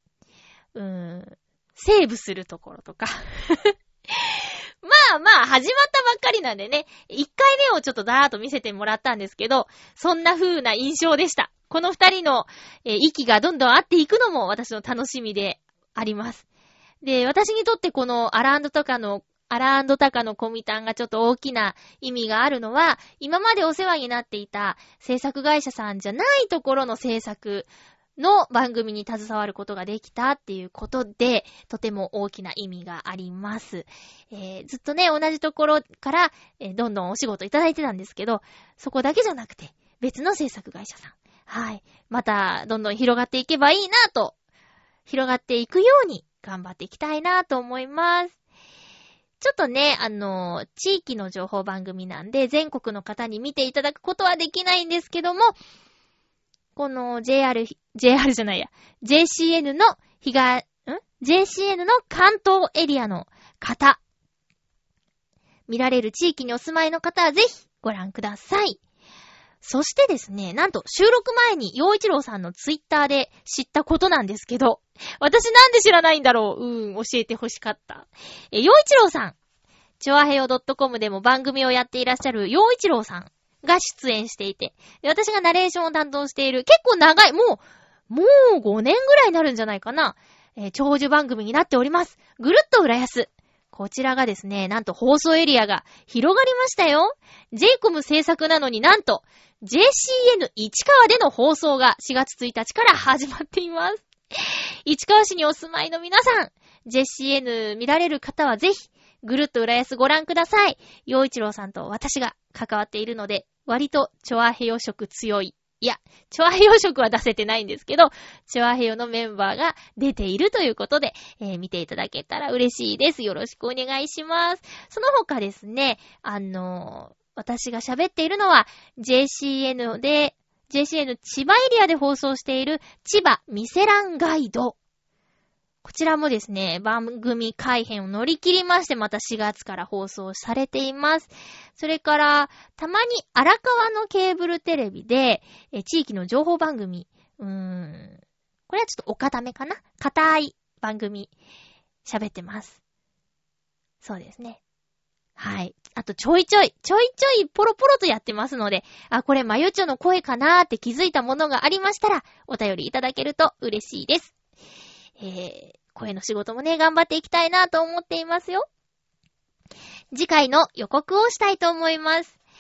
セーブするところとか。まあ、始まったばっかりなんでね、1回目をちょっとだーっと見せてもらったんですけど、そんな風な印象でした。この二人の、息がどんどん合っていくのも私の楽しみであります。で、私にとってこのアラ&タカのコミタンがちょっと大きな意味があるのは、今までお世話になっていた制作会社さんじゃないところの制作の番組に携わることができたっていうことで、とても大きな意味があります。ずっとね、同じところから、どんどんお仕事いただいてたんですけど、そこだけじゃなくて、別の制作会社さん。はい。また、どんどん広がっていけばいいなと、広がっていくように頑張っていきたいなと思います。ちょっとね、地域の情報番組なんで、全国の方に見ていただくことはできないんですけども、この JCN のJCN の関東エリアの方、見られる地域にお住まいの方はぜひご覧ください。そしてですね、なんと収録前に陽一郎さんのツイッターで知ったことなんですけど、私なんで知らないんだろう。教えてほしかった。陽一郎さん、ちょあへよ .com でも番組をやっていらっしゃる陽一郎さんが出演していて、で私がナレーションを担当している、結構長い、もう5年ぐらいになるんじゃないかな。長寿番組になっております。ぐるっと浦安。こちらがですね、なんと放送エリアが広がりましたよ。JCOM 制作なのになんと JCN 市川での放送が4月1日から始まっています。市川市にお住まいの皆さん、JCN 見られる方はぜひ、ぐるっと浦安ご覧ください。陽一郎さんと私が関わっているので、割とチョアヘヨ色強い。いや、チョアヘヨ色は出せてないんですけど、チョアヘヨのメンバーが出ているということで、見ていただけたら嬉しいです。よろしくお願いします。その他ですね、私が喋っているのは JCN 千葉エリアで放送している千葉ミセランガイド。こちらもですね、番組改編を乗り切りまして、また4月から放送されています。それから、たまに荒川のケーブルテレビで、地域の情報番組、これはちょっとお固めかな？固い番組、喋ってます。そうですね。はい。あと、ちょいちょい、ポロポロとやってますので、これ、まゆちょの声かなーって気づいたものがありましたら、お便りいただけると嬉しいです。声の仕事もね、頑張っていきたいなと思っていますよ。次回の予告をしたいと思います。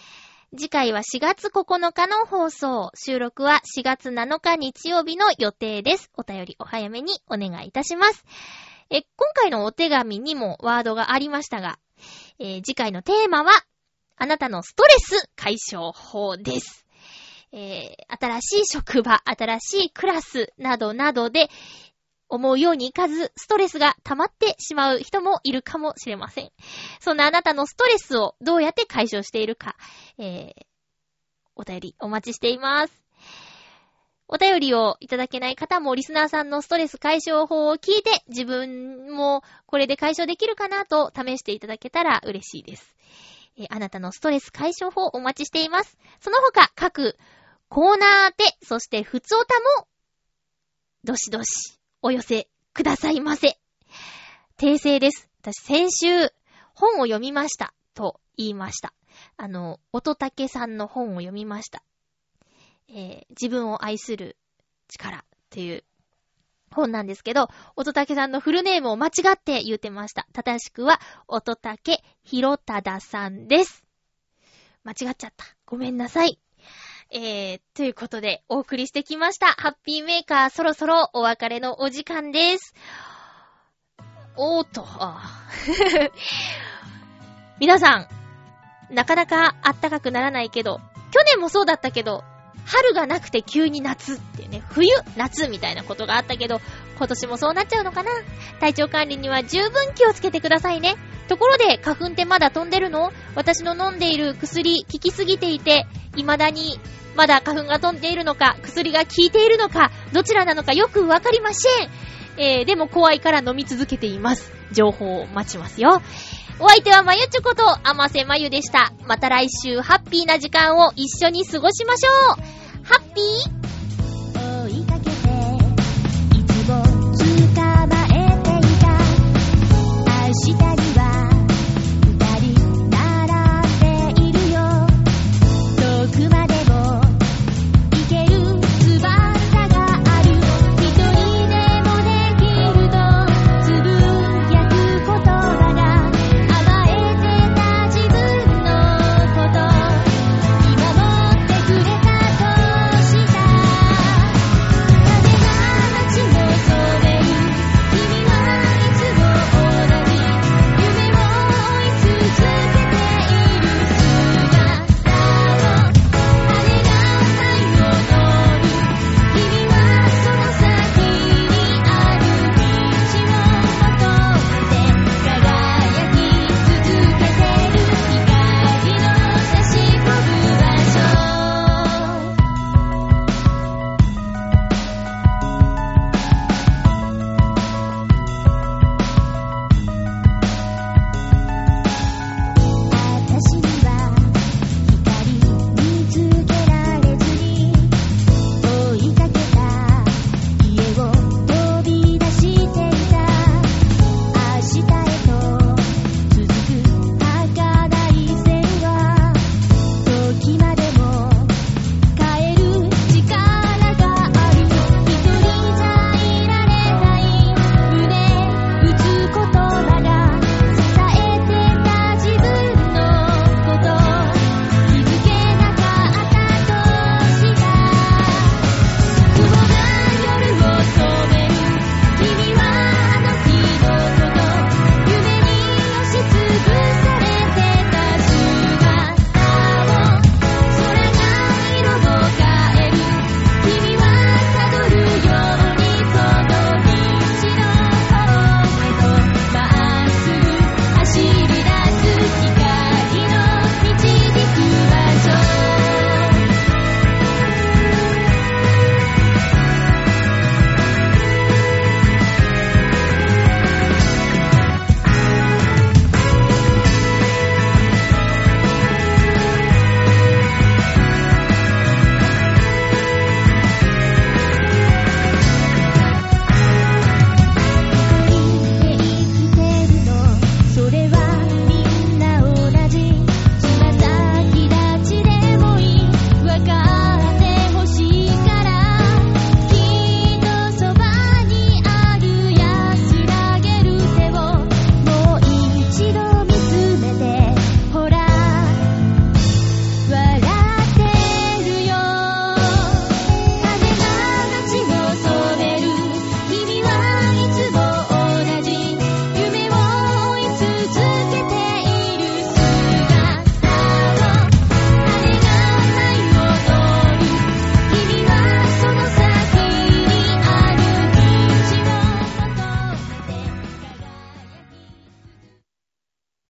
次回は4月9日の放送。収録は4月7日日曜日の予定です。お便りお早めにお願いいたします。今回のお手紙にもワードがありましたが、次回のテーマは、あなたのストレス解消法です。新しい職場、新しいクラスなどなどで、思うようにいかず、ストレスが溜まってしまう人もいるかもしれません。そんなあなたのストレスをどうやって解消しているか、お便りお待ちしています。お便りをいただけない方もリスナーさんのストレス解消法を聞いて、自分もこれで解消できるかなと試していただけたら嬉しいです。あなたのストレス解消法お待ちしています。その他各コーナーで、そしてふつおたもどしどしお寄せくださいませ。訂正です。私先週本を読みましたと言いました。乙武さんの本を読みました。自分を愛する力っていう本なんですけど、乙武さんのフルネームを間違って言ってました。正しくは乙武博忠さんです。間違っちゃった。ごめんなさい。ということでお送りしてきました。ハッピーメーカー、そろそろお別れのお時間です。皆さん、なかなかあったかくならないけど、去年もそうだったけど、春がなくて急に夏っていうね、冬、夏みたいなことがあったけど、今年もそうなっちゃうのかな。体調管理には十分気をつけてくださいね。ところで、花粉ってまだ飛んでるの？私の飲んでいる薬効きすぎていて、未だにまだ花粉が飛んでいるのか、薬が効いているのか、どちらなのかよくわかりません。でも怖いから飲み続けています。情報を待ちますよ。お相手はまゆちょこと甘瀬まゆでした。また来週ハッピーな時間を一緒に過ごしましょう。ハッピー